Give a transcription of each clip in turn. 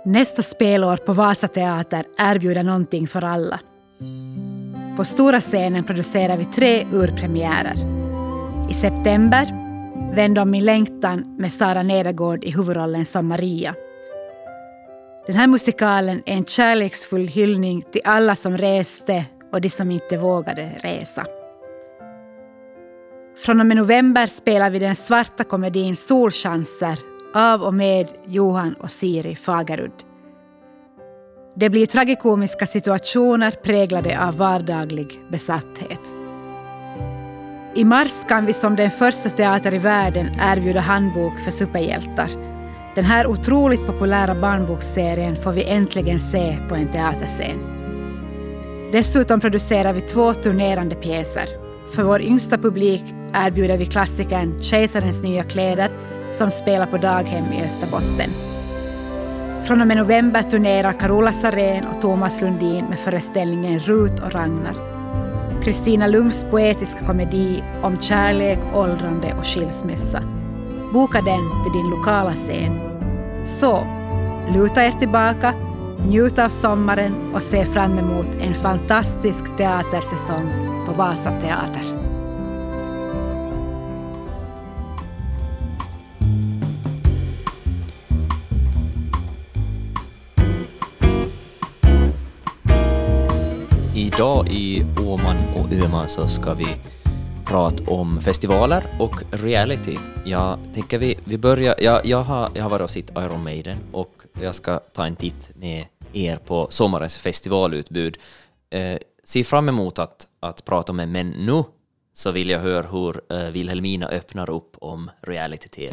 Nästa spelår på Vasa Teater erbjuder någonting för alla. På stora scenen producerar vi 3 urpremiärer. I september Vänd om min längtan med Sara Nedergård i huvudrollen som Maria. Den här musikalen är en kärleksfull hyllning till alla som reste och de som inte vågade resa. Från och med november spelar vi den svarta komedin Solchanser av och med Johan och Siri Fagerud. Det blir tragikomiska situationer präglade av vardaglig besatthet. I mars kan vi som den första teater i världen erbjuda handbok för superhjältar. Den här otroligt populära barnboksserien får vi äntligen se på en teaterscen. Dessutom producerar vi 2 turnerande pjäser. För vår yngsta publik erbjuder vi klassikern Kejsarens nya kläder som spelar på daghem i Österbotten. Från och med november turnerar Carola Sarén och Thomas Lundin med föreställningen Rut och Ragnar. Kristina Lungs poetiska komedi om kärlek, åldrande och skilsmässa. Boka den till din lokala scen. Så, luta er tillbaka, njut av sommaren och se fram emot en fantastisk teatersäsong på Vasa Teater. Idag i Åman och Öman så ska vi prata om festivaler och reality. Jag tänker vi börjar. Jag har varit och sett Iron Maiden och jag ska ta en titt med er på sommarens festivalutbud. Se fram emot att prata med, men nu så vill jag höra hur Wilhelmina öppnar upp om reality-tv.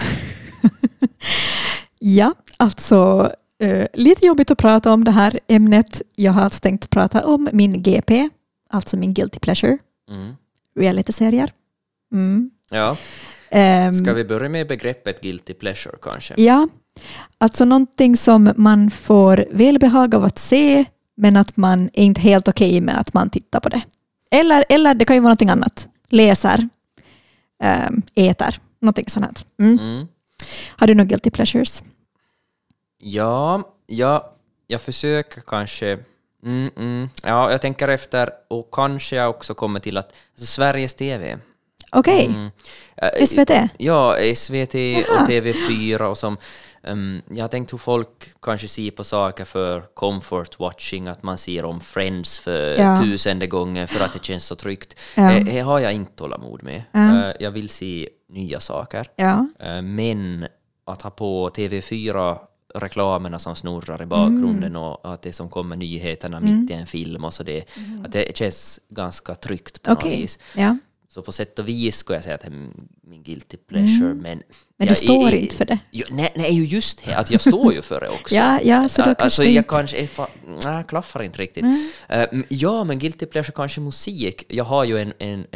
Ja, alltså lite jobbigt att prata om det här ämnet. Jag har alltså tänkt prata om min GP, alltså min Guilty Pleasure. Reality-serier. Ja. Ska vi börja med begreppet Guilty Pleasure kanske? Ja, alltså någonting som man får välbehag av att se, men att man är inte helt okej med att man tittar på det. Eller det kan ju vara någonting annat. Läser, äter, någonting sånt. Har du några Guilty Pleasures? Ja, jag försöker kanske. Ja, jag tänker efter och kanske jag också kommer till att alltså Sveriges TV. Okej. SVT? Ja, SVT och TV4 och som jag tänkte hur folk kanske ser på saker för comfort watching, att man ser om Friends för 1000:e gången för att det känns så tryggt. Det har jag inte tålamod med. Jag vill se nya saker. Men att ha på TV4 reklamerna som snurrar i bakgrunden och att det som kommer nyheterna mitt i en film och så att det känns ganska tryggt på något vis. Ja. Så på sätt och vis skulle jag säga att det är min guilty pleasure. Men du står inte för det. Nej, just det. Att jag står ju för det också. Så då alltså jag kanske klaffar inte riktigt. Ja, men guilty pleasure kanske musik. Jag har ju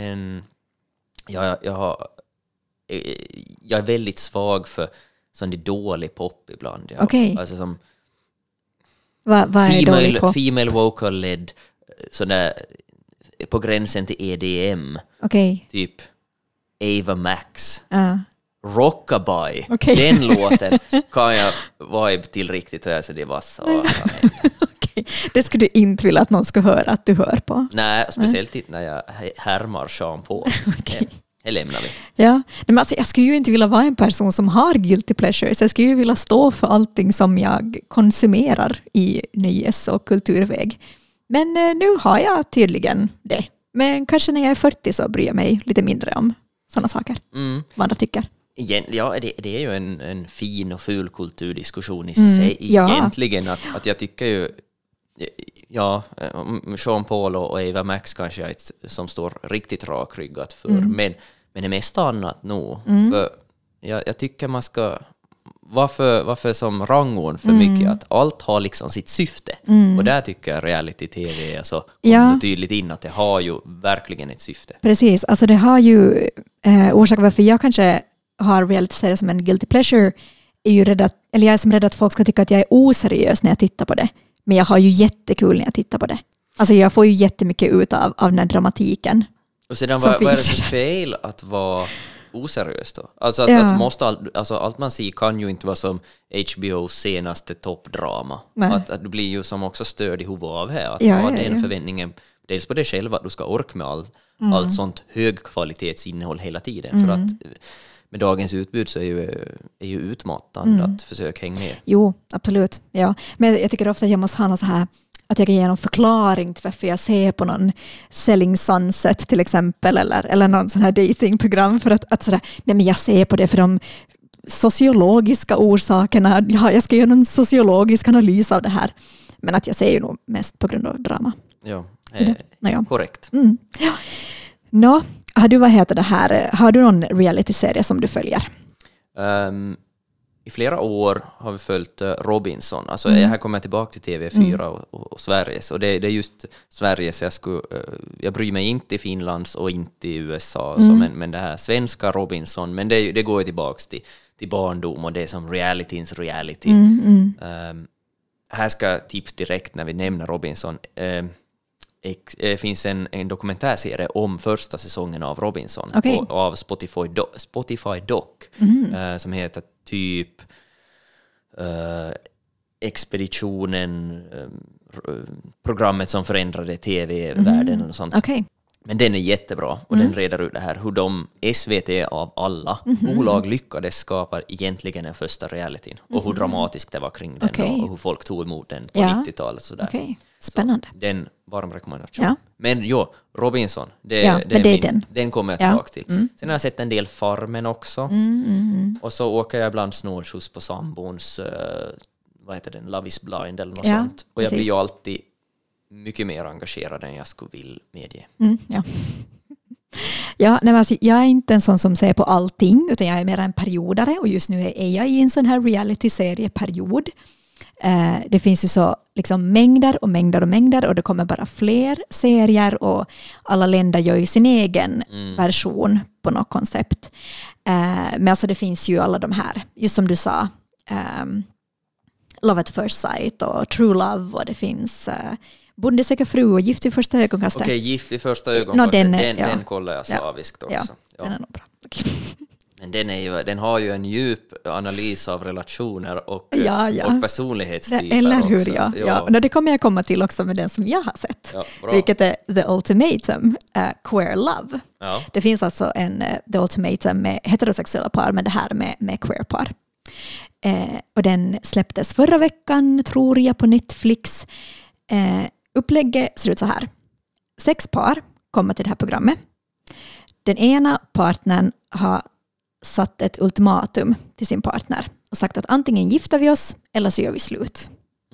jag är väldigt svag för sån dålig pop ibland. Alltså som vad är dålig pop? Female vocal led sån där på gränsen till EDM. Typ Ava Max. Rockabye. Den låten kan jag vibe till riktigt och så det var så. Det skulle du inte vilja att någon ska höra att du hör på. Nej, speciellt inte när jag härmar Sean Paul. Det lämnar vi. Ja, men alltså, jag skulle ju inte vilja vara en person som har guilty pleasures. Jag skulle ju vilja stå för allting som jag konsumerar i nöjes- och kulturväg. Men nu har jag tydligen det. Men kanske när jag är 40 så bryr jag mig lite mindre om sådana saker. Vad andra tycker. Ja, det är ju en fin och ful kulturdiskussion i sig. Egentligen att jag tycker ju Sean Paul och Ava Max kanske är ett som står riktigt rakryggat för. Men det mesta annat nog. För jag tycker man ska varför som rangordn för mycket att allt har liksom sitt syfte. Och där tycker jag reality-tv är så tydligt in att det har ju verkligen ett syfte. Precis, alltså det har ju orsak varför jag kanske har reality-serier som en guilty pleasure är ju rädd jag är som rädd att folk ska tycka att jag är oseriös när jag tittar på det. Men jag har ju jättekul när jag tittar på det. Alltså jag får ju jättemycket ut av den här dramatiken. Och sedan vad är det för fel att vara oseriöst då. Alltså att allt man ser kan ju inte vara som HBOs senaste toppdrama. Att du blir ju som också störd i huvudet av här. Att ha den förväntningen, dels på dig själv att du ska orka med allt sånt högkvalitetsinnehåll hela tiden. För att med dagens utbud så är ju utmattande att försöka hänga med. Jo, absolut. Ja. Men jag tycker ofta att jag måste ha något så här, att jag kan ge någon förklaring till varför jag ser på någon Selling Sunset till exempel eller någon sån här datingprogram för att sådär, nej men jag ser på det för de sociologiska orsakerna. Jag ska göra en sociologisk analys av det här. Men att jag ser ju nog mest på grund av drama. Ja, korrekt. Ja. Har du någon reality-serie som du följer? I flera år har vi följt Robinson. Alltså här kommer jag tillbaka till TV4 och Sveriges. Och det är just Sveriges. Jag bryr mig inte i Finlands och inte i USA. Men det här svenska Robinson. Men det går ju tillbaka till barndom och det är som realityns reality. Här ska tips direkt när vi nämner Robinson. Finns en dokumentärserie om första säsongen av Robinson av Spotify Doc som heter typ Expeditionen, programmet som förändrade tv-världen och sånt. Men den är jättebra och den reder ut det här hur de SVT av alla bolag lyckades skapa egentligen den första realityn och hur dramatiskt det var kring den och hur folk tog emot den på 90-talet sådär. Spännande. Så den varm rekommendation. Ja. Men Robinson, den kommer jag tillbaka till. Sen har jag sett en del Farmen också. Och så åker jag ibland snålskjuts på sambons Love is Blind eller något sånt. Och jag blir ju alltid mycket mer engagerad än jag skulle vilja medge. Jag är inte en sån som ser på allting utan jag är mer en periodare och just nu är jag i en sån här reality-serieperiod. Det finns ju så liksom mängder och det kommer bara fler serier och alla länder gör ju sin egen version på något koncept. Men alltså det finns ju alla de här, just som du sa, Love at First Sight och True Love och det finns Bondesäker fru och Gift i första ögonkastet. Okej, Gift i första ögonkastet. Den kollar jag slaviskt också. Ja, den är nog bra. Men den har ju en djup analys av relationer och personlighetstyper. Eller hur, ja. Det kommer jag komma till också med den som jag har sett. Vilket är The Ultimatum, Queer Love. Ja. Det finns alltså en The Ultimatum med heterosexuella par, men det här med queer par. Och den släpptes förra veckan, tror jag, på Netflix. Upplägget ser ut så här. 6 par kommer till det här programmet. Den ena partnern har satt ett ultimatum till sin partner och sagt att antingen gifter vi oss eller så gör vi slut.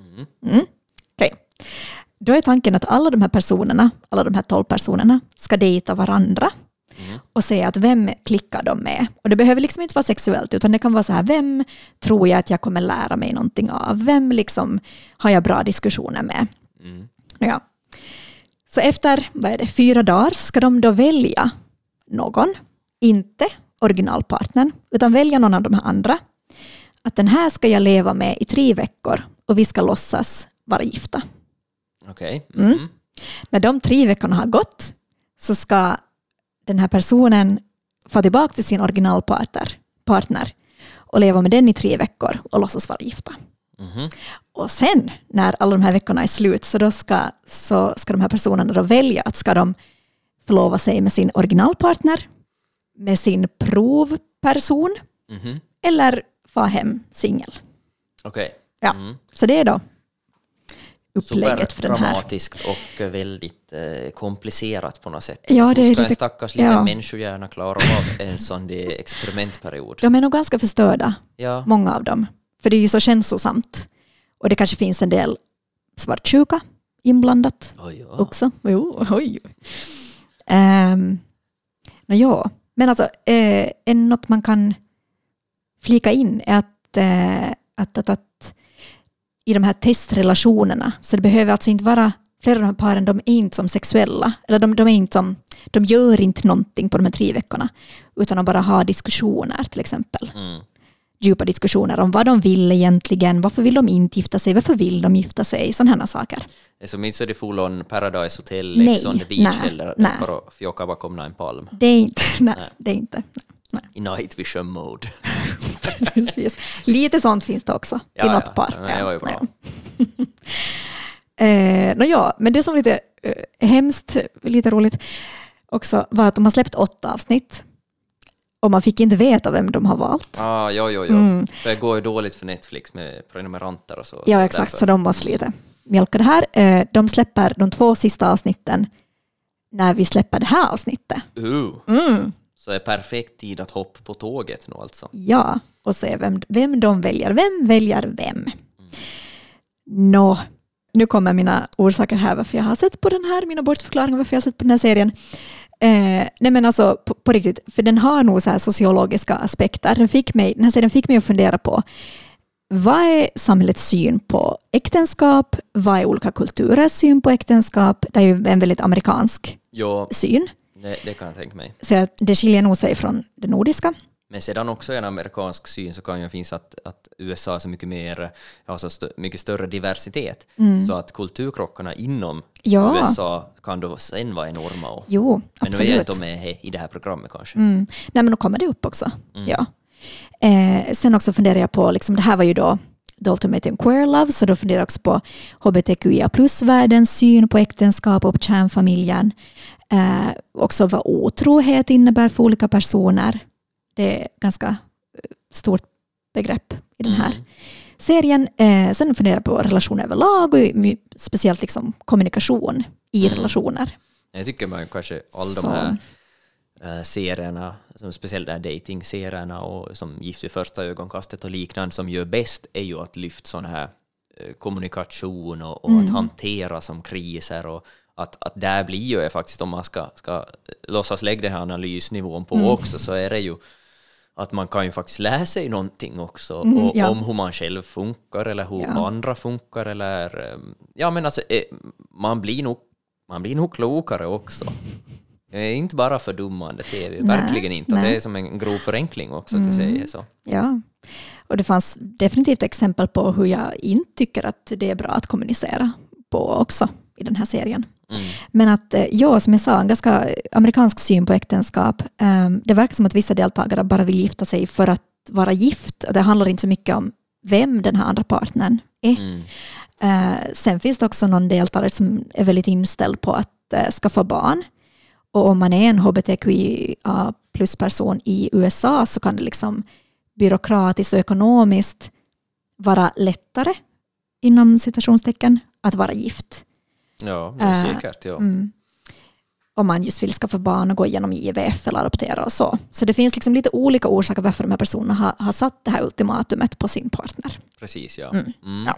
Okej. Då är tanken att alla de här 12 personerna ska dejta varandra och säga att vem klickar de med. Och det behöver liksom inte vara sexuellt utan det kan vara så här, vem tror jag att jag kommer lära mig någonting av? Vem liksom har jag bra diskussioner med? Ja. Så efter 4 dagar ska de då välja någon, inte originalpartnern, utan välja någon av de här andra. Att den här ska jag leva med i 3 veckor och vi ska låtsas vara gifta. Okej. När de 3 veckorna har gått så ska den här personen få tillbaka till sin originalpartner och leva med den i 3 veckor och låtsas vara gifta. Och sen när alla de här veckorna är slut så ska de här personerna då välja att ska de förlova sig med sin originalpartner, med sin provperson eller få hem singel. Okej. Ja, så det är då upplägget för den här. Dramatiskt och väldigt komplicerat på något sätt. Ja, det är lite, en stackars liten människohjärna klara av en sån experimentperiod. De är nog ganska förstörda, många av dem. För det är ju så känslosamt. Och det kanske finns en del svartsjuka inblandat också. Oj. Men alltså, något man kan flika in är att i de här testrelationerna, så det behöver alltså inte vara, flera av de här paren, de är inte som sexuella, eller de gör inte någonting på de här 3 veckorna, utan de bara har diskussioner till exempel. Djupa diskussioner om vad de vill egentligen, varför vill de inte gifta sig, varför vill de gifta sig, sådana här saker. Så minns du det full on Paradise Hotel, Ex on the Beach eller för att fjocka bakom en palm? Det är inte, nej. i night vision mode. Precis. Lite sånt finns det också i något par. Ja, det var ju bra. Men det som var lite hemskt, lite roligt också var att de har släppt 8 avsnitt och man fick inte veta vem de har valt. Det går ju dåligt för Netflix med prenumeranter och så. Ja, exakt, därför. Så de måste lite mjölka det här. De släpper de 2 sista avsnitten när vi släpper det här avsnittet. Så är perfekt tid att hoppa på tåget nu alltså. Ja, och se vem de väljer. Vem väljer vem? Nu kommer mina orsaker här varför jag har sett på den här, mina bortförklaringar varför jag har sett på den här serien. Nej men alltså på riktigt, för den har nog så här sociologiska aspekter. Den här serien fick mig att fundera på vad är samhällets syn på äktenskap? Vad är olika kulturers syn på äktenskap? Det är ju en väldigt amerikansk syn. Det kan jag tänka mig. Så det skiljer nog sig från det nordiska. Men sedan också en amerikansk syn så kan ju finnas att USA har så mycket mer, mycket större diversitet. Så att kulturkrockarna inom USA kan då sen vara enorma. Jo, men absolut. nu är de med i det här programmet kanske. Nej, men då kommer det upp också. Ja. Sen också funderar jag på, liksom, det här var ju då The Ultimate in Queer Love, så då funderar jag också på hbtqia+-världens syn på äktenskap och på kärnfamiljen. Också vad otrohet innebär för olika personer. Det är ganska stort begrepp i den här serien. Sen funderar jag på relationer överlag och speciellt liksom kommunikation i relationer. Jag tycker man kanske de här serierna, som speciellt där dating-serierna och som Gift vid första ögonkastet och liknande som gör bäst är ju att lyfta sån här kommunikation och att hantera som kriser och att där blir ju faktiskt, om man ska låtsas lägga den här analysnivån på också, så är det ju att man kan ju faktiskt lära sig någonting också om hur man själv funkar eller hur andra funkar eller men alltså man blir nog klokare också. Det är inte bara fördummande TV, verkligen inte. Nej. Det är som en grov förenkling också till sig. Så. Ja, och det fanns definitivt exempel på hur jag inte tycker att det är bra att kommunicera på också i den här serien. Men att som jag sa, en ganska amerikansk syn på äktenskap. Det verkar som att vissa deltagare bara vill gifta sig för att vara gift. Det handlar inte så mycket om vem den här andra partnern är. Sen finns det också någon deltagare som är väldigt inställd på att skaffa barn. Och om man är en hbtqia plus person i USA så kan det liksom byråkratiskt och ekonomiskt vara lättare inom citationstecken att vara gift. Ja, säkert. Ja. Om man just vill skaffa barn och gå igenom IVF eller adoptera och så. Så det finns liksom lite olika orsaker varför de här personerna har satt det här ultimatumet på sin partner. Precis, ja. Ja.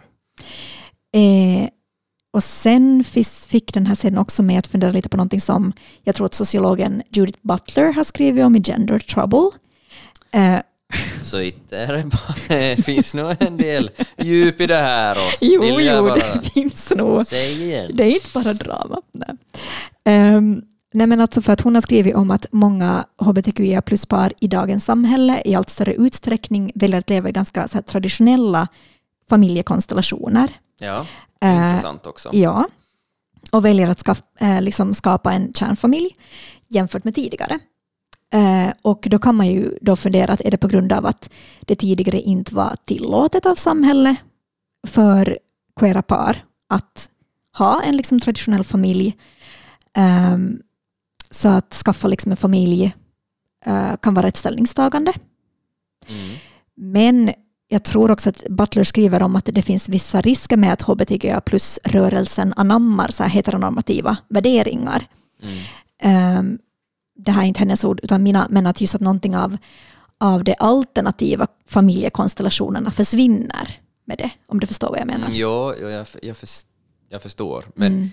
Och sen fick den här serien också med att fundera lite på någonting som jag tror att sociologen Judith Butler har skrivit om i Gender Trouble. Så det finns nog en del djup i det här. Och jo, det finns nog. Säg igen. Det är inte bara drama. Nej, men alltså för att hon har skrivit om att många hbtqia plus par i dagens samhälle i allt större utsträckning väljer att leva i ganska så här, traditionella familjekonstellationer. Ja, intressant också. Ja, och väljer att skapa en kärnfamilj jämfört med tidigare. Och då kan man ju då fundera att är det på grund av att det tidigare inte var tillåtet av samhället för queera par att ha en liksom traditionell familj. Så att skaffa liksom en familj kan vara ett ställningstagande. Men jag tror också att Butler skriver om att det finns vissa risker med att hbtqia plus rörelsen anammar så här heteronormativa värderingar. Det här är inte hennes ord utan mina, men att just att någonting av de alternativa familjekonstellationerna försvinner med det, om du förstår vad jag menar. Ja, jag förstår. Men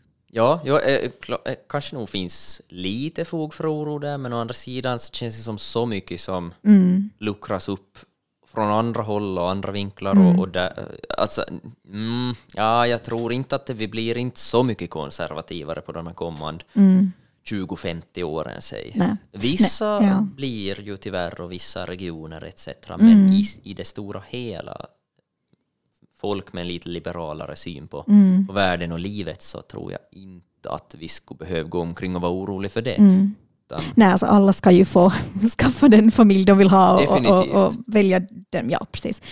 kanske nog finns lite fog för oro där, men å andra sidan så känns det som så mycket som luckras upp från andra håll och andra vinklar och där, alltså, jag tror inte att vi blir inte så mycket konservativare på de här kommande 20-50 åren säg. Vissa blir ju tyvärr och vissa regioner etc. Men i det stora hela folk med en lite liberalare syn på världen och livet så tror jag inte att vi skulle behöva gå omkring och vara orolig för det. Nej, alltså alla ska ju få skaffa den familj de vill ha och välja den. Ja, precis.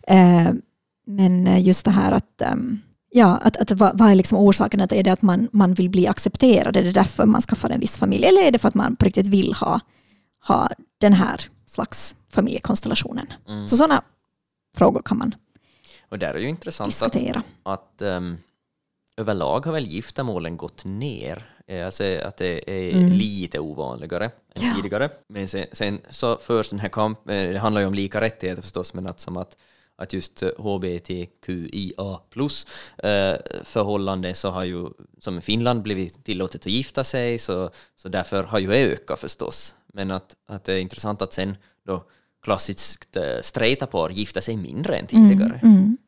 Men just det här att vad är liksom orsaken? Är det att man vill bli accepterad? Är det därför man skaffar en viss familj? Eller är det för att man på riktigt vill ha den här slags familjekonstellationen? Så sådana frågor kan man och där är ju intressant diskutera. Att överlag har väl giftermålen gått ner. Alltså att det är lite ovanligare än tidigare. Men sen så förs den här kampen, det handlar ju om lika rättigheter förstås, men att just HBTQIA plus förhållande så har ju som i Finland blivit tillåtet att gifta sig, så därför har ju ökat förstås. Men att det är intressant att sen då klassiskt straighta par gifta sig mindre än tidigare.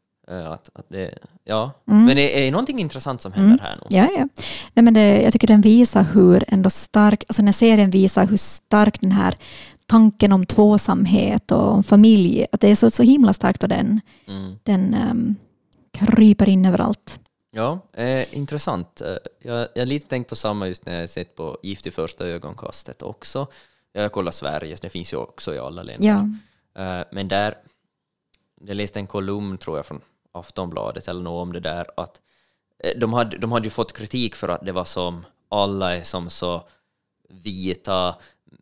Men det är någonting intressant som händer här nu. Ja. Nej, men jag tycker den visar hur ändå stark, alltså när serien visar hur stark den här tanken om tvåsamhet och om familj, att det är så himla starkt och den kryper in överallt. Ja, intressant. Jag har lite tänkt på samma just när jag sett på Gift i första ögonkastet också. Jag kollar Sverige, det finns ju också i alla länder. Ja. Men jag läste en kolumn tror jag från Aftonbladet eller något om det där, att de hade ju fått kritik för att det var som alla är som så vita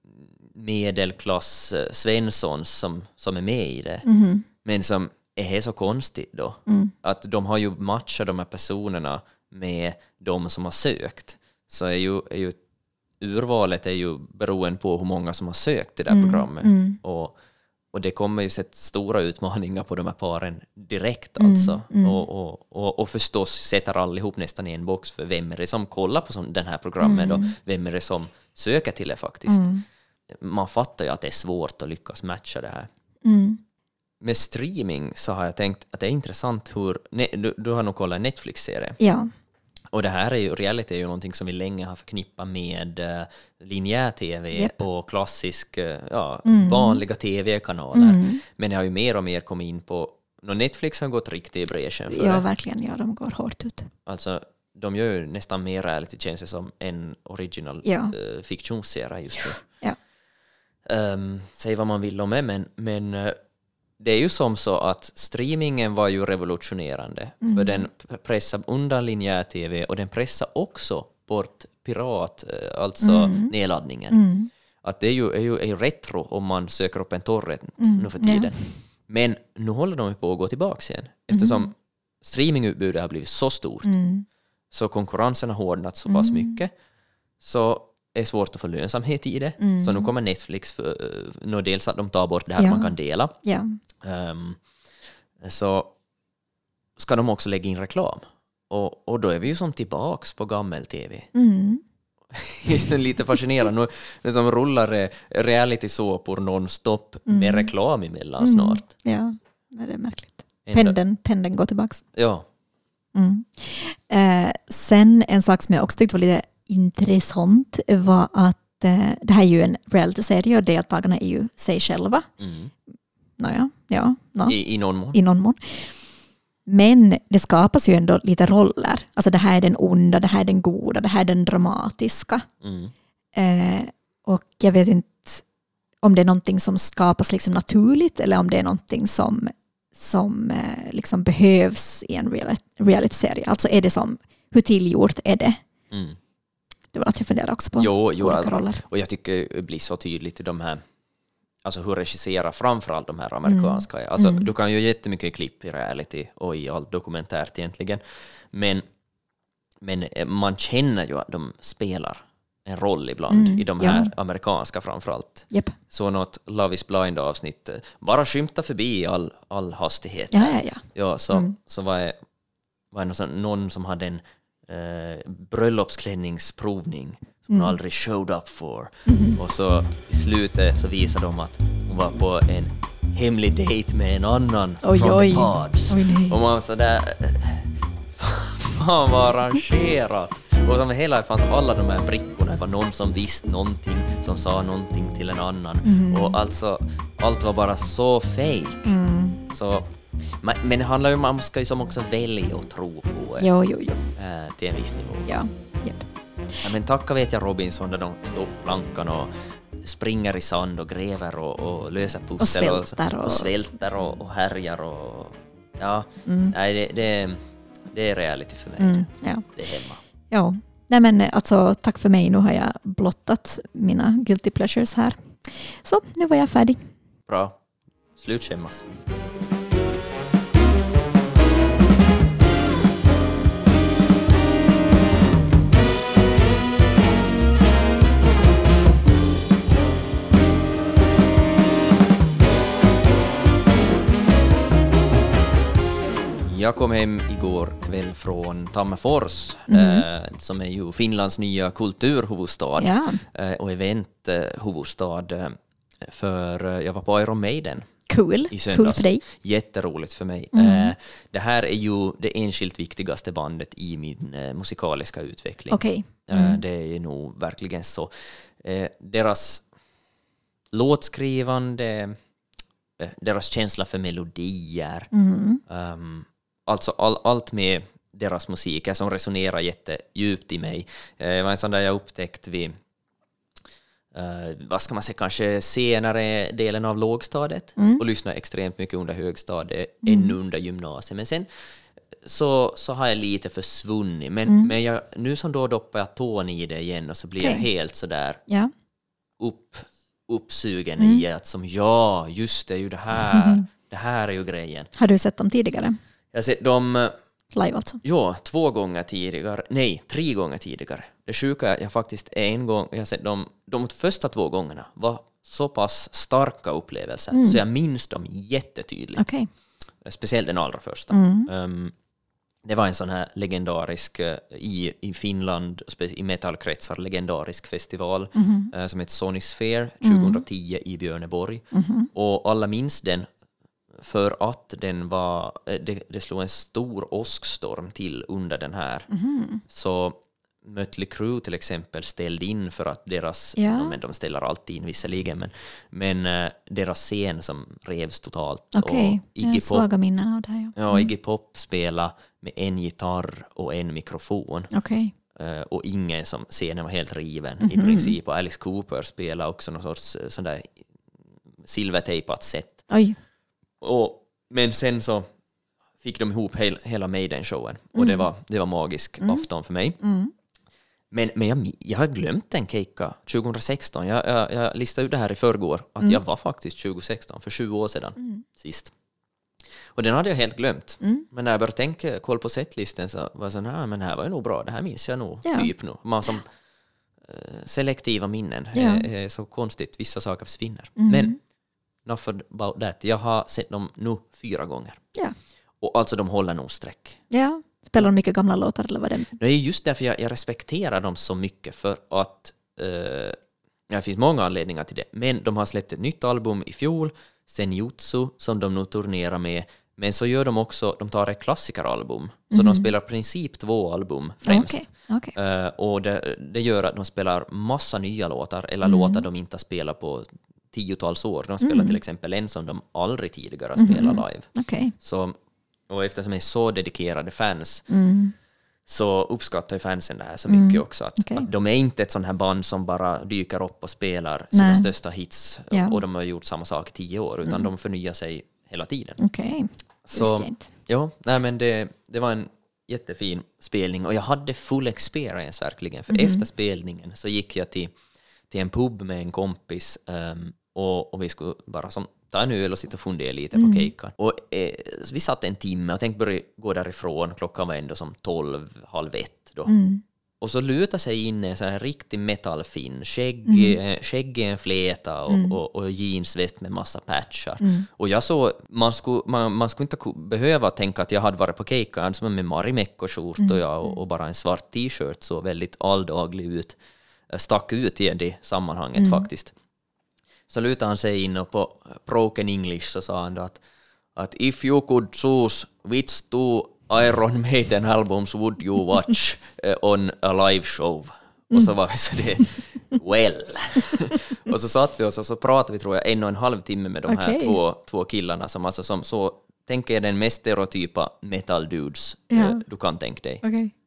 medelklass Svenssons som är med i det. Men som är så konstigt då. Att de har ju matchat de här personerna med de som har sökt. Så är ju urvalet är ju beroende på hur många som har sökt det där programmet. Och det kommer ju sett stora utmaningar på de här paren direkt alltså. Och förstås sätter allihop nästan i en box för vem är det som kollar på den här programmet och vem är det som söker till det faktiskt. Man fattar ju att det är svårt att lyckas matcha det här. Med streaming så har jag tänkt att det är intressant hur... Du har nog kollat en Netflix-serie. Ja. Och det här är ju, reality är ju någonting som vi länge har förknippat med linjär tv och klassisk, vanliga tv-kanaler. Men det har ju mer och mer kommit in på... Netflix har gått riktigt i bräschen för det. Ja, verkligen. Ja, de går hårt ut. Alltså, de gör ju nästan mer reality, känns det som, en original fiktionsserie just nu. Ja. Säg vad man vill om det, men det är ju som så att streamingen var ju revolutionerande. För den pressar undan linjär tv och den pressar också bort pirat, alltså nedladdningen. Att det är ju retro om man söker upp en torrent nu för tiden. Men nu håller de på att gå tillbaka igen. Eftersom streamingutbudet har blivit så stort. Så konkurrensen har hårdnat så pass mycket. Så är svårt att få lönsamhet i det. Så nu kommer Netflix dels att de tar bort det här man kan dela. Ja. Så ska de också lägga in reklam. Och då är vi ju som tillbaks på gammel-tv. Lite fascinerande. Nu som rullar reality-såpor non-stop med reklam emellan snart. Ja, det är märkligt. Pendeln går tillbaks. Ja. Sen en sak som jag också tyckte var lite intressant var att det här är ju en reality-serie och deltagarna är ju sig själva. I någon mån. Men det skapas ju ändå lite roller. Alltså det här är den onda, det här är den goda, det här är den dramatiska. Och jag vet inte om det är någonting som skapas liksom naturligt eller om det är någonting som liksom behövs i en reality-serie. Alltså är det som, hur tillgjort är det? Det var något jag funderade också på. Olika roller. Och jag tycker det blir så tydligt i de här, alltså hur regisserar framförallt de här amerikanska. Alltså du kan ju jättemycket klipp i reality och i allt dokumentärt egentligen. Men man känner ju att de spelar en roll ibland i de här amerikanska framförallt. Yep. Så något Love is Blind avsnitt bara skymta förbi all hastighet. Ja. Så var någon som hade en bröllopsklänningsprovning som hon aldrig showed up for. Och så i slutet så visade de att hon var på en hemlig date med en annan från The Pods. Och man sådär fan vad arrangerat. Och som hela fanns alla de här brickorna. Det var någon som visste någonting, som sa någonting till en annan. Och alltså allt var bara så fake. Så men det handlar ju om man ska ju som också välja och tro på till en viss nivå. Ja, Ja, men tacka vet jag Robinson där de står på plankan och springer i sand och gräver och löser pussel och svälter och härjar och ja, nej, det är reality för mig. Ja. Det är hemma. Ja, nej men alltså tack för mig. Nu har jag blottat mina guilty pleasures här. Så, nu var jag färdig. Bra. Slutskämmas. Jag kom hem igår kväll från Tammerfors, som är ju Finlands nya kulturhuvudstad och eventhuvudstad. För jag var på Iron Maiden i söndags. Cool för dig. Jätteroligt för mig. Det här är ju det enskilt viktigaste bandet i min musikaliska utveckling. Okay. Det är nog verkligen så. Deras låtskrivande, deras känsla för melodier, alltså allt med deras musik som resonerar jättedjupt i mig. Det var en sån där jag upptäckt vid vad ska man säga, kanske senare delen av lågstadiet och lyssna extremt mycket under högstadiet ännu under gymnasiet. Men sen så har jag lite försvunnit. Men jag, nu som då doppar jag tån i det igen och så blir jag helt sådär uppsugen i att som just det är ju det här. Det här är ju grejen. Har du sett dem tidigare? Jag har sett dem live alltså? Ja, 2 gånger tidigare. Nej, 3 gånger tidigare. Det sjuka är jag faktiskt en gång, jag har sett dem, de första 2 gångerna var så pass starka upplevelser så jag minns dem jättetydligt. Okay. Speciellt den allra första. Det var en sån här legendarisk i Finland, i metallkretsar, legendarisk festival som heter Sonisphere 2010 i Björneborg. Och alla minns den för att den var, det slog en stor åskstorm till under den här. Så Mötley Crüe till exempel ställde in för att deras, men de ställer alltid in visserligen, men deras scen som revs totalt. Okej, jag svaga minnen av det här. Ja, Iggy Pop spelade med en gitarr och en mikrofon. Okej. Och ingen som scenen var helt riven i princip. Och Alice Cooper spelade också någon sorts sån där silvertejpat sätt. Oj. Men sen så fick de ihop hela Maiden-showen. Och det var magisk afton för mig. Men jag har glömt en keikka 2016. Jag listade ut det här i förrgår. Att jag var faktiskt 2016, för 20 år sedan sist. Och den hade jag helt glömt. Men när jag började tänka, koll på setlisten så var jag så här, men det här var ju nog bra. Det här minns jag nog typ nu. Man som selektiva minnen. Är så konstigt. Vissa saker försvinner. Men enough about that. Jag har sett dem nu 4 gånger. Ja. Och alltså de håller nog streck. Ja. Spelar de mycket gamla låtar eller vad det är? Det är just därför jag respekterar dem så mycket. För att det finns många anledningar till det. Men de har släppt ett nytt album i fjol. Senjutsu som de nu turnerar med. Men så gör de också, de tar ett klassikeralbum. Så de spelar i princip 2 album främst. Okay. Och det gör att de spelar massa nya låtar. Eller låtar de inte spelar på 10-tals år. De spelar till exempel en som de aldrig tidigare har spelat live. Okay. Så, och eftersom jag är så dedikerade fans så uppskattar ju fansen det här så mycket också. Att de är inte ett sånt här band som bara dyker upp och spelar sina största hits. Och de har gjort samma sak i 10 år. Utan de förnyar sig hela tiden. Okej, så ja, nej, men det var en jättefin spelning. Och jag hade full experience verkligen. För efter spelningen så gick jag till en pub med en kompis. Och vi skulle bara ta en öl och sitta och fundera lite på kejkan. Och vi satt en timme och tänkte börja gå därifrån. Klockan var ändå som 12, halv 1 då. Och så lutar sig in en sån här riktig metallfin. Skägg i en fläta och jeansväst med massa patchar. Och jag såg, man skulle inte behöva tänka att jag hade varit på kejkan som med Marimekko-skjort och bara en svart t-shirt så väldigt alldaglig ut. Stack ut i det sammanhanget faktiskt. Så lutade han sig in och på broken English så sa han då att if you could choose which 2 Iron Maiden albums would you watch on a live show? Och så var vi så det, well. Och så satt vi och så pratade vi tror jag 1,5 timme med de här två killarna som alltså som så tänker jag den mest stereotypa metal dudes du kan tänka dig.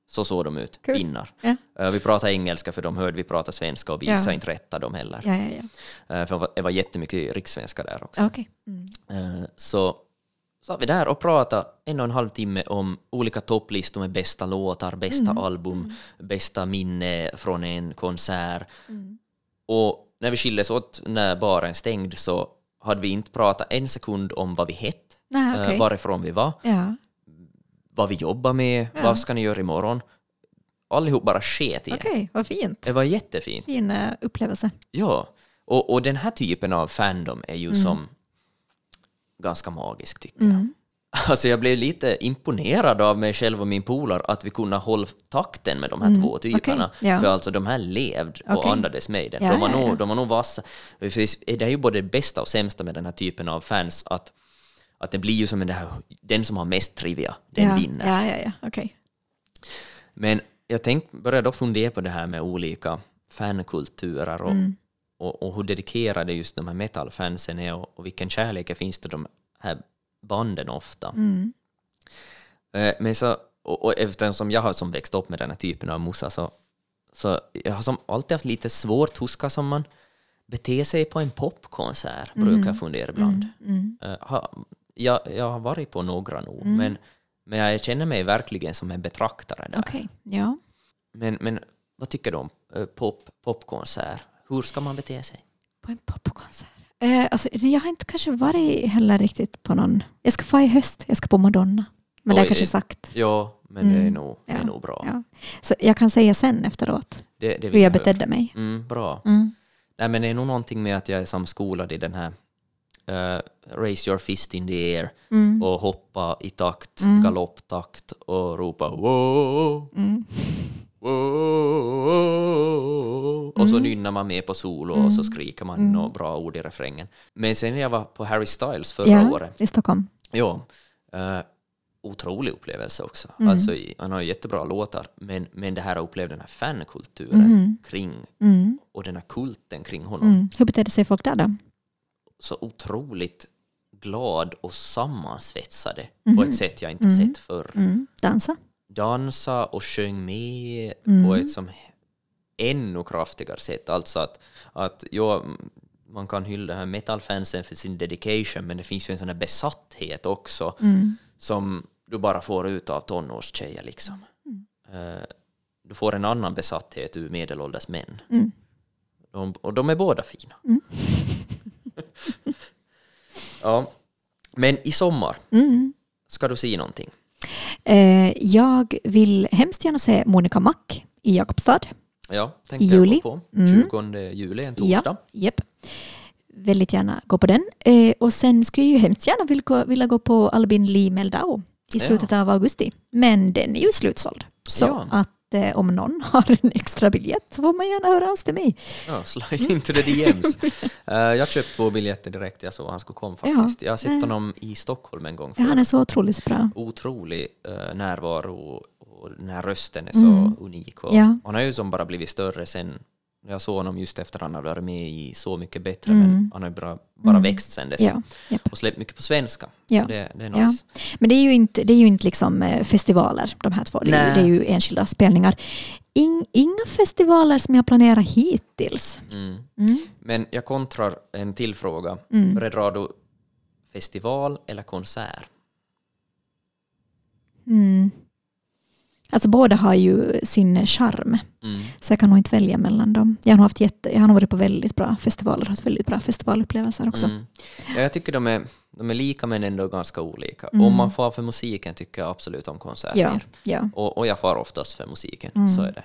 Så såg de ut, Cool. finnar. Ja. Vi pratade engelska för de hörde vi prata svenska och vissa inte rättade dem heller. För det var jättemycket rikssvenska där också. Okay. Så satt vi där och pratade 1,5 timme om olika topplistor med bästa låtar, bästa album, bästa minne från en konsert. Och när vi skildes åt, när baren stängd, så hade vi inte pratat en sekund om vad vi hette, varifrån vi var, vad vi jobbar med, vad ska ni göra imorgon. Allihop bara sket i. Okej, vad fint. Det var jättefint. Fin upplevelse. Ja, och den här typen av fandom är ju som ganska magisk, tycker jag. Alltså jag blev lite imponerad av mig själv och min polare att vi kunde hålla takten med de här två typerna. För alltså de här levde och andades med den. De var nog vassa. Det är ju både det bästa och sämsta med den här typen av fans, att det blir ju som den som har mest trivia, den vinner. Ja. Okej. Men jag började då fundera på det här med olika fankulturer och hur dedikerade just de här metalfansen är och vilken kärlek finns det de här banden ofta. Men så, och eftersom jag har som växt upp med den här typen av musa, så jag har som alltid haft lite svårt huska som man beter sig på en popkonsert, brukar jag fundera ibland. Jag har varit på några nog, men jag känner mig verkligen som en betraktare där. Okej, ja. Men vad tycker du om popkonsert? Hur ska man bete sig? På en popkonsert? Alltså, jag har inte kanske varit heller riktigt på någon. Jag ska få i höst. Jag ska på Madonna. Men det är kanske sagt. Ja, men det är nog bra. Ja. Så jag kan säga sen efteråt hur jag betedde mig. Bra. Nej, men det är nog någonting med att jag är som skolad i den här raise your fist in the air och hoppa i takt, galopptakt och ropa wow. Och så nynnar man med på solo och så skriker man några bra ord i refrängen. Men sen när jag var på Harry Styles förra året i Stockholm. Ja, otrolig upplevelse också. Alltså, han har ju jättebra låtar, men det här att uppleva den här fankulturen kring och den här kulten kring honom. Hur betedde sig folk där då? Så otroligt glad och sammansvetsade på ett sätt jag inte sett förr. Dansa och sjöng med på ett som ännu kraftigare sätt. Alltså att man kan hylla här metalfansen för sin dedication, men det finns ju en sån här besatthet också som du bara får ut av tonårstjejer liksom. Du får en annan besatthet ur medelålders män. Och de är båda fina. Ja. Men i sommar ska du se någonting? Jag vill hemskt gärna se Monica Mack i Jakobstad. Ja, tänkte jag gå på. 20 juli, en torsdag. Japp. Väldigt gärna gå på den. Och sen skulle jag ju hemskt gärna vilja gå på Albin Lee Meldau i slutet av augusti. Men den är ju slutsåld. Så att om någon har en extra biljett så får man gärna höra av sig till mig. Ja, slide into the DMs. Jag köpte 2 biljetter direkt. Jag såg han skulle komma faktiskt. Jag har sett honom i Stockholm en gång. Ja, han är så otroligt bra. Otrolig närvaro och den här rösten är så unik. Och han har ju som bara blivit större sen. Jag såg honom just efter att han hade varit med i Så mycket bättre, men han har ju bara växt sen dess. Och släppt mycket på svenska. Så det är nice. Men det är ju inte liksom festivaler, de här två. Det är ju enskilda spelningar. Inga festivaler som jag planerar hittills. Men jag kontrar en till fråga. Föredrar du festival eller konsert? Alltså båda har ju sin charm. Så jag kan nog inte välja mellan dem. Jag har nog varit på väldigt bra festivaler och haft väldigt bra festivalupplevelser också. Ja, jag tycker de är lika men ändå ganska olika. Om man får för musiken tycker jag absolut om konserter. Ja. Och jag får oftast för musiken, så är det.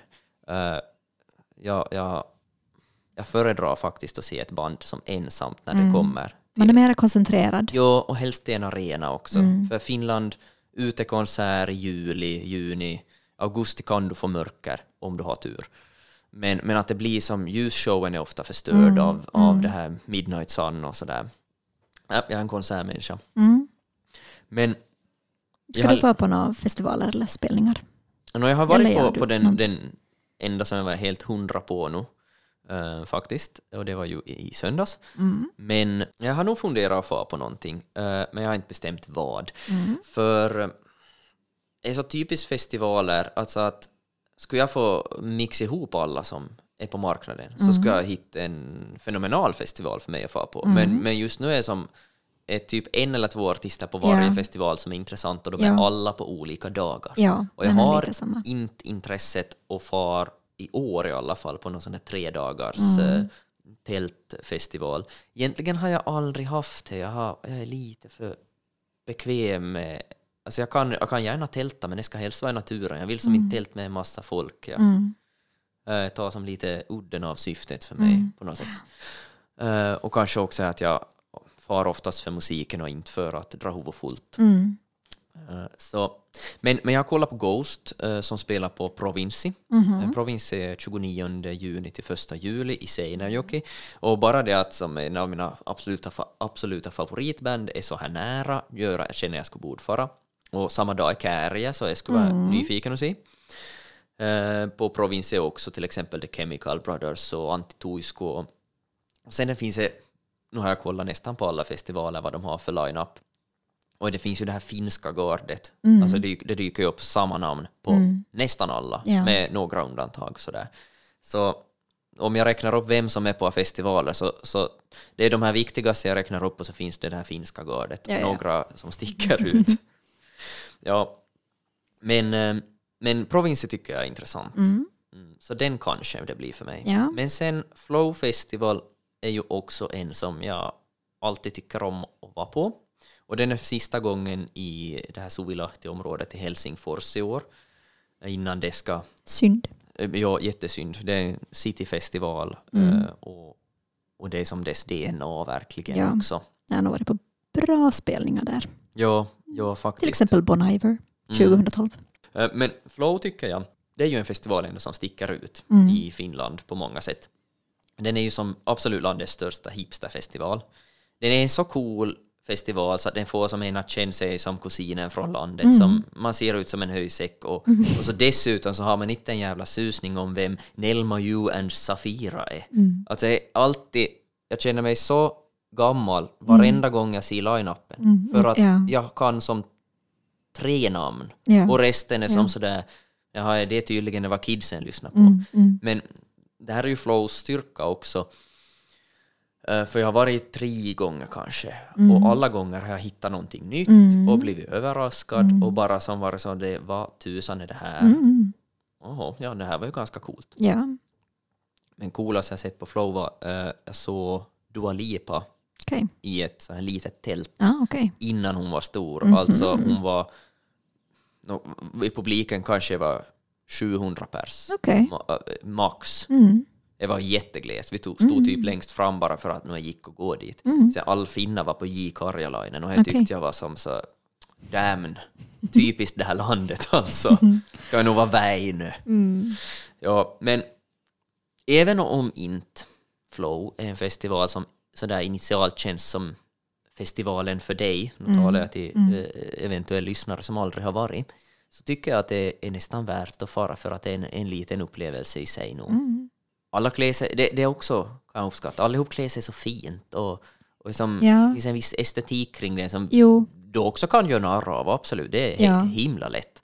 Jag föredrar faktiskt att se ett band som ensamt när det kommer. Man är mer koncentrerad. Ja, och helst i en arena också. För Finland, utekonsert i juli, juni, augusti kan du få mörker om du har tur. Men att det blir som ljusshowen är ofta förstörd av det här Midnight Sun och sådär. Jag är en konsertmänniska. Men ska du få på några festivaler eller spelningar? Jag har varit på den enda som jag var helt 100 på nu. Faktiskt, och det var ju i söndags. Men jag har nog funderat att få på någonting, men jag har inte bestämt vad. För det är så typiskt festivaler, alltså att skulle jag få mixa ihop alla som är på marknaden så ska jag hitta en fenomenal festival för mig att få på. Men just nu är det som typ 1 eller 2 artister på varje festival som är intressant och de är alla på olika dagar. Ja, och jag har inte intresset att fara i år i alla fall på någon sån här 3 dagars tältfestival. Egentligen har jag aldrig haft det. Jag är lite för bekväm med... Alltså jag kan gärna tälta, men det ska helst vara i naturen. Jag vill som inte tält med en massa folk. Jag tar som lite udden av syftet för mig på något sätt. Och kanske också att jag far oftast för musiken och inte för att dra huvudet fullt. Så, men jag kollar på Ghost som spelar på Provinci. Provinci är 29 juni till 1 juli i Seinäjoki. Och bara det att som en av mina absoluta favoritband är så här nära gör att jag känner att jag skulle borde fara. Och samma dag är Kärja, så jag skulle vara nyfiken att se. På Provinci också till exempel The Chemical Brothers och Antituisko. Och sen det finns nu har jag kollat nästan på alla festivaler vad de har för line-up. Och det finns ju det här finska gardet. Alltså det dyker ju upp samma namn på nästan alla, med några undantag. Så om jag räknar upp vem som är på festivaler så det är de här viktigaste jag räknar upp och så finns det här finska gardet. Några som sticker ut. Men Provinci tycker jag är intressant. Så den kanske det blir för mig. Men sen Flow Festival är ju också en som jag alltid tycker om att vara på. Och den är sista gången i det här Suvilahti-området i Helsingfors i år. Innan det ska... Synd. Ja, jättesynd. Det är en cityfestival och det är som dess DNA verkligen också. Jag har nog varit på bra spelningar där. Ja, faktiskt. Till exempel Bon Iver 2012. Men Flow tycker jag, det är ju en festival ändå som sticker ut i Finland på många sätt. Den är ju som absolut landets största hipsterfestival. Den är en så cool festival så att den får som en att känna sig som kusinen från landet. Som man ser ut som en höjsäck. Och så dessutom så har man inte en jävla susning om vem Nelma Yu and Safira är. Alltså jag känner mig så gammal varenda gång jag ser line-upen. För att jag kan som 3 namn. Och resten är som sådär, det är tydligen vad kidsen lyssnar på. Men det här är ju Flows styrka också. För jag har varit 3 gånger kanske. Och alla gånger har jag hittat någonting nytt och blivit överraskad. Och bara som var det så, det var tusan är det här. Det här var ju ganska coolt. Men coolast jag sett på Flow var jag såg Dua Lipa i ett så här litet tält innan hon var stor. Alltså hon var i publiken kanske var 700 pers max. Det var jätteglest. Vi stod typ längst fram bara för att nu gick och gå dit. Så all finna var på J. Karjalainen och jag tyckte jag var som så damn, typiskt det här landet alltså. Ska jag nog vara väg nu. Ja, men även om inte Flow är en festival som sådär initialt känns som festivalen för dig, nu talar jag till eventuell lyssnare som aldrig har varit, så tycker jag att det är nästan värt att fara för att det är en liten upplevelse i sig nog. Alla klär sig, det är också kan jag uppskatta, allihop klär sig så fint och som, finns en viss estetik kring det som du också kan göra narr av, absolut, det är himla lätt.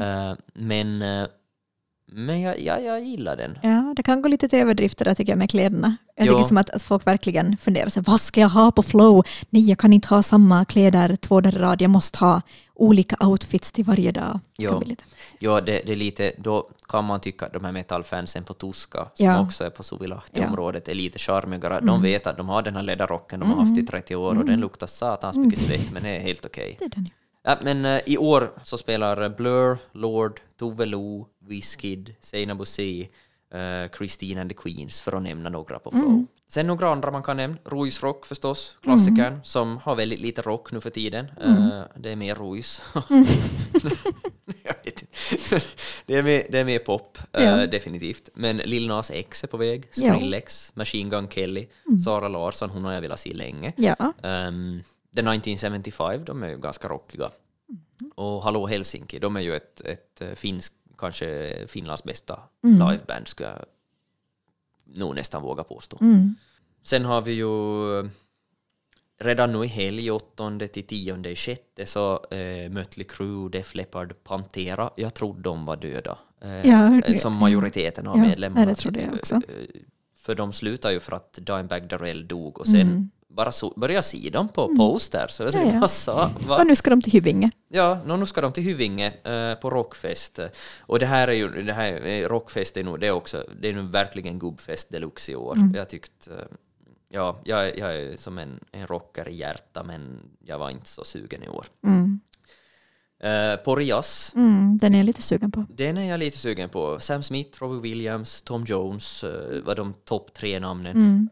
Men jag gillar den. Ja, det kan gå lite till överdrifter där tycker jag med kläderna. Jag tycker som att folk verkligen funderar sig, vad ska jag ha på Flow? Nej, jag kan inte ha samma kläder 2 dagar i rad. Jag måste ha olika outfits till varje dag. Det är lite, då kan man tycka att de här metalfansen på Tuska som också är på Suvilahti-området är lite charmigare. De vet att de har den här ledarrocken de har haft i 30 år och den luktar satans mycket svett, men det är helt okej. Men i år så spelar Blur, Lord, Tove Lo, Wizkid, Seinabo C, Christine and the Queens för att nämna några på Flow. Sen några andra man kan nämna. Ruiz Rock förstås, klassikern som har väldigt lite rock nu för tiden. Det är mer Ruiz. Jag vet inte. Det är mer pop, definitivt. Men Lil Nas X är på väg. Skrillex, Machine Gun Kelly, Sara Larsson, hon har jag velat se länge. The 1975, de är ju ganska rockiga. Och Hallå Helsinki, de är ju ett kanske Finlands bästa liveband, ska jag nog nästan våga påstå. Sen har vi ju redan nu i helg 8-10 i 6 så Mötley Crüe, Def Leppard, Pantera. Jag trodde de var döda. som majoriteten av medlemmar. Det tror jag också. För de slutar ju för att Dimebag Darrell dog och sen bara började se dem på poster. Så jag tänkte, och nu ska de till Hyvinge. Ja, nu ska de till Hyvinge på Rockfest. Och det här Rockfest är nog det är nu verkligen gubbfest deluxe i år. Jag tyckte jag är som en rockare i hjärta, men jag var inte så sugen i år. Porrias. Den är jag lite sugen på. Den är jag lite sugen på. Sam Smith, Robbie Williams, Tom Jones var de topp 3 namnen.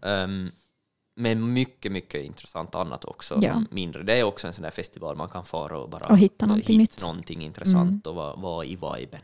Men mycket, mycket intressant annat också. Som mindre. Det är också en sån där festival man kan fara och bara hitta någonting intressant och vara i viben.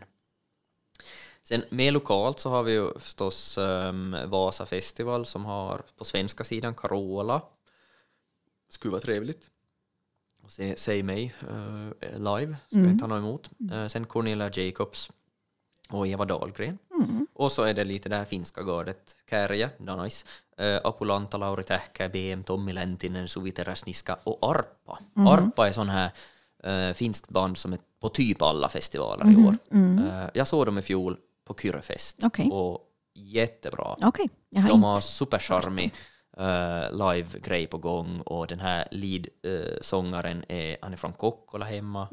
Sen med lokalt så har vi ju förstås Vasa Festival som har på svenska sidan Carola. Skulle vara trevligt. Och Säg mig live ska jag inte ha något emot. Sen Cornelia Jacobs och Eva Dahlgren. Och så är det lite där finska gardet Kärja, nice. Apulanta, Lauri Tähkä, BM, Tommi Läntinen, Suvi Teräsniska och Arpa. Arpa är sån här finskt band som är på typ alla festivaler i år. Jag såg dem i fjol på Kyröfest och jättebra. De har supercharmig live-grej på gång och den här lead-sångaren han är från Kokkola hemma.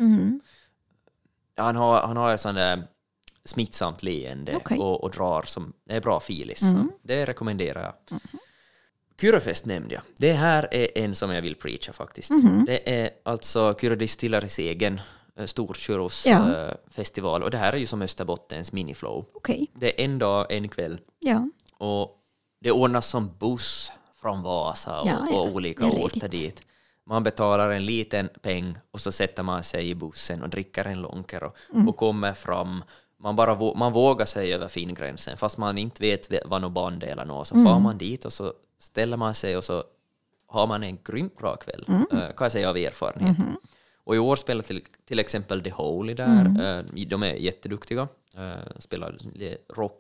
Han har en sån där smittsamt leende och drar som är bra filis. Det rekommenderar jag. Kyröfest nämnde jag. Det här är en som jag vill preacha faktiskt. Det är alltså Kyrö Distilleries egen Storkyrros festival och det här är ju som Österbottens miniflow. Det är en dag, en kväll. Och det ordnas som buss från Vasa och olika orter dit. Man betalar en liten peng och så sätter man sig i bussen och dricker en lonker och kommer fram. Man vågar sig över fingränsen fast man inte vet vad någon bandel är. Så far man dit och så ställer man sig och så har man en grymt bra kväll. Kan jag säga av erfarenhet. Och i år spelar till exempel The Holy där. De är jätteduktiga. Spelar rock,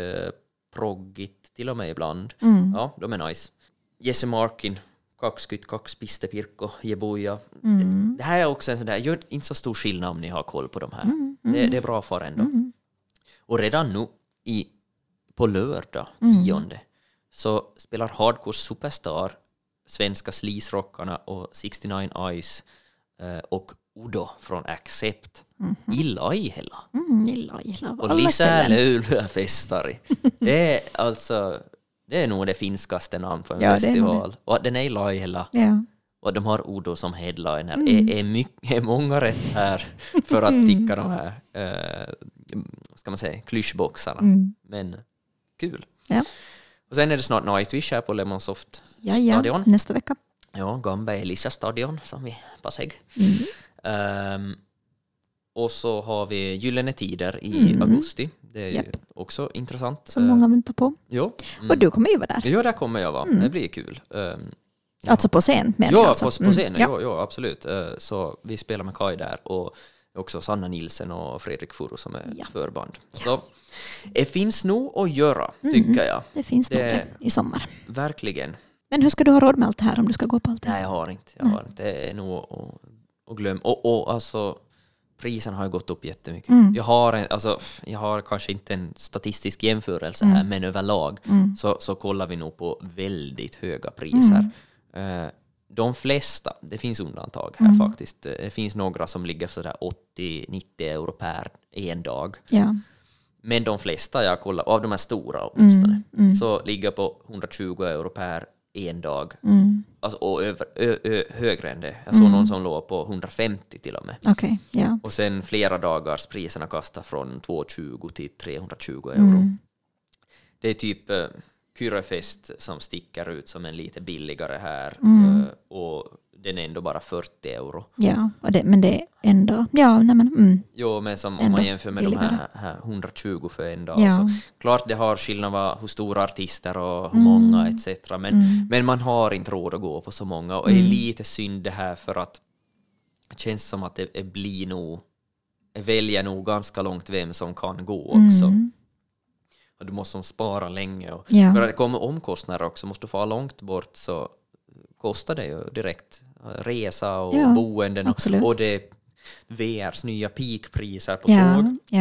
proggigt till och med ibland. Ja, de är nice. Jesse Markin, Kakskytt, Pistepirkko, Jebuja. Det här är också en sån där, gör inte så stor skillnad om ni har koll på de här. Det är bra för ändå. Och redan nu på lördag 10 så spelar Hardcore Superstar, svenska sleaze-rockarna och 69 Eyes och Udo från Accept i Laihela. Och Lisa Löylä festari. Det är nog det finskaste namn på en festival. Och den är i Laihela. Och de har Udo som headliner. Är många rätt här för att ticka de här ska man säga, klyschboxarna. Men kul. Och sen är det snart Nightwish här på Lemonsoft stadion. Nästa vecka. Ja, Gamba Elisa stadion som vi passar. Och så har vi Gyllene Tider i augusti. Det är ju också intressant. Som många väntar på. Jo. Och du kommer ju vara där. Ja, där kommer jag vara. Det blir kul. Alltså på scen? Ja, på scen. Ja, absolut. Så vi spelar med Kai där och också Sanna Nilsen och Fredrik Furu som är förband. Så det finns nog att göra, tycker jag. Det finns nog i sommar. Verkligen. Men hur ska du ha råd med allt det här om du ska gå på allt det här? Nej, jag har inte. Det är nog att glömma. Och alltså, prisen har ju gått upp jättemycket. Jag har kanske inte en statistisk jämförelse här, men överlag så kollar vi nog på väldigt höga priser. De flesta, det finns undantag här faktiskt. Det finns några som ligger sådär 80-90 euro per en dag. Men de flesta jag kollar, av de här stora åtminstone, så ligger på 120 euro per en dag. Alltså, och högre än det. Jag såg någon som låg på 150 till och med. Och sen flera dagars priserna kastar från 220 till 320 euro. Det är typ Kyröfest som sticker ut som en lite billigare här. Och den är ändå bara 40 euro. Ja, men det är ändå... Jo, men som om man jämför med billigare. De här 120 för en dag. Så, klart det har skillnad hur stora artister och hur många etc. Men man har inte råd att gå på så många. Och det är lite synd det här för att det känns som att det blir nog... väljer nog ganska långt vem som kan gå också. Och du måste spara länge. Och för att det kommer omkostnader också. Måste du få långt bort så kostar det ju direkt resa och boenden. Och det VRs nya peakpriser på tåg.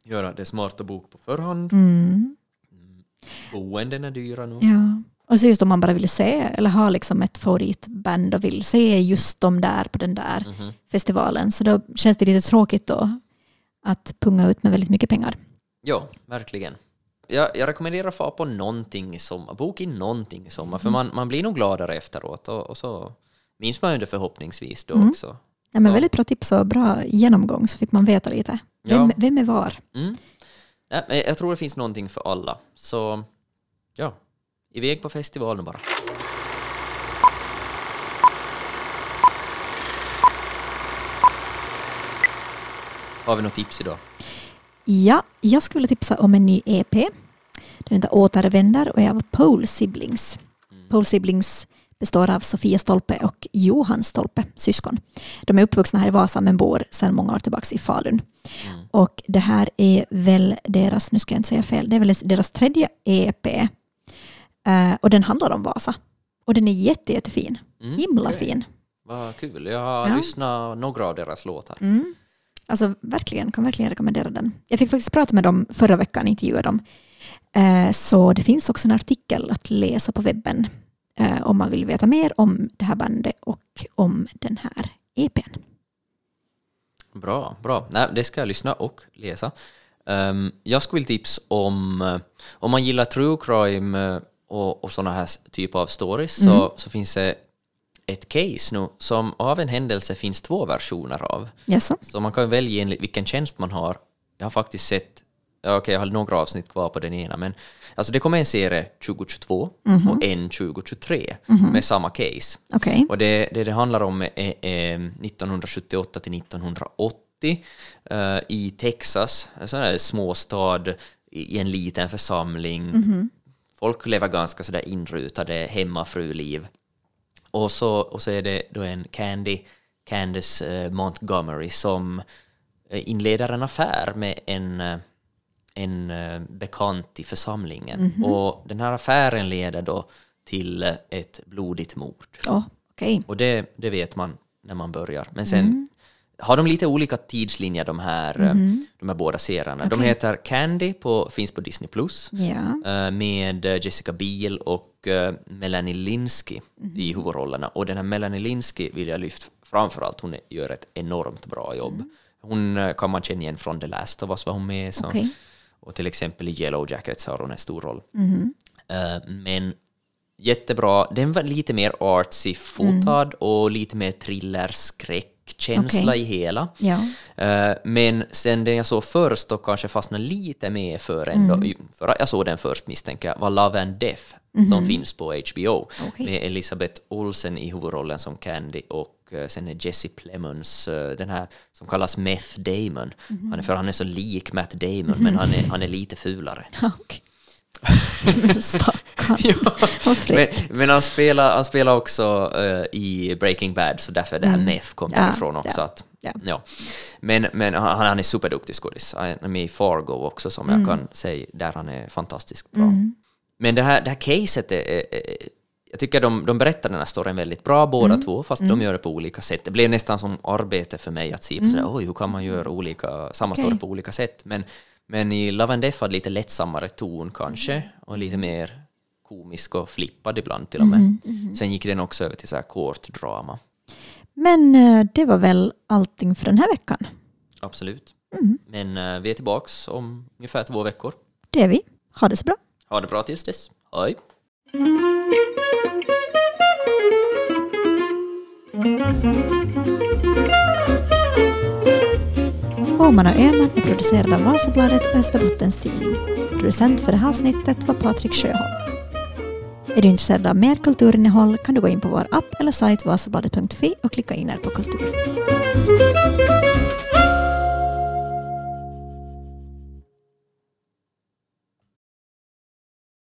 göra det smart att boka på förhand. Boenden är dyra nu. Ja. Och så just om man bara vill se eller ha liksom ett favoritband och vill se just de där på den där festivalen. Så då känns det lite tråkigt då att punga ut med väldigt mycket pengar. Ja, verkligen. Jag rekommenderar att få på någonting i sommar. Boka in någonting i sommar. För man blir nog gladare efteråt. Och så minns man ju det förhoppningsvis då också. Ja, men väldigt bra tips och bra genomgång så fick man veta lite. Vem är var? Ja, men jag tror det finns någonting för alla. Så ja, iväg på festivalen bara. Har vi något tips idag? Ja, jag skulle vilja tipsa om en ny EP. Den heter Återvänder och är av Pole Siblings. Pole Siblings består av Sofia Stolpe och Johan Stolpe, syskon. De är uppvuxna här i Vasa men bor sedan många år tillbaka i Falun. Och det här är väl deras, nu ska jag inte säga fel, det är väl deras 3:e EP. Och den handlar om Vasa. Och den är jättefin. Himla fin. Vad kul, jag har lyssnat några av deras låtar. Alltså kan verkligen rekommendera den. Jag fick faktiskt prata med dem förra veckan, intervjua dem. Så det finns också en artikel att läsa på webben om man vill veta mer om det här bandet och om den här EPn. Bra. Nej, det ska jag lyssna och läsa. Jag skulle tips om man gillar true crime och sådana här typer av stories så finns det ett case nu som av en händelse finns 2 versioner av. Yes. Så man kan välja enligt vilken tjänst man har. Jag har faktiskt sett, jag har några avsnitt kvar på den ena, men alltså det kommer en serie 2022 och en 2023 med samma case. Okay. Och det handlar om är 1978 till 1980 i Texas, en sån där småstad i en liten församling. Folk lever ganska sådär inrutade hemmafruliv. Och så är det då en Candace Montgomery som inleder en affär med en bekant i församlingen. Och den här affären leder då till ett blodigt mord. Okay. Och det vet man när man börjar. Men sen har de lite olika tidslinjer, de här båda serierna. Okay. De heter Candy, finns på Disney+. Med Jessica Biel och Melanie Lynskey i huvudrollerna. Och den här Melanie Lynskey vill jag lyfta framförallt. Hon gör ett enormt bra jobb. Hon kan man känna igen från The Last of Us, var hon med. Så. Okay. Och till exempel i Yellow Jackets har hon en stor roll. Men jättebra. Den var lite mer artsy fotad och lite mer thriller-skräckkänsla i hela. Ja. Men sen den jag såg först och kanske fastnade lite mer för jag såg den först misstänker jag, var Love and Death som finns på HBO. Okay. Med Elisabeth Olsen i huvudrollen som Candy och sen är Jesse Plemons, den här som kallas Meth Damon. Han är så lik Matt Damon men han är lite fulare. Okay. men han spelar också i Breaking Bad, så därför det här Meth kommer ifrån också. Men han är superduktig skådis. Han är med i Fargo också, som jag kan säga, där han är fantastiskt bra. Men det här caset jag tycker de berättar den här storyn väldigt bra båda två, fast de gör det på olika sätt. Det blev nästan som arbete för mig att se på sådär, hur kan man göra samma story på olika sätt. Men i Love and Death hade lite lättsammare ton kanske och lite mer komisk och flippad ibland till och med. Sen gick den också över till så här kort drama. Men det var väl allting för den här veckan? Absolut. Men vi är tillbaks om ungefär 2 veckor. Det är vi. Ha det så bra. Ha det bra tills dess. Hej. Åman och Öman är producerad av Vasabladet och Österbottens tidning. Producent för det här avsnittet var Patrik Sjöholm. Är du intresserad av mer kulturinnehåll kan du gå in på vår app eller sajt vasabladet.fi och klicka in här på kultur.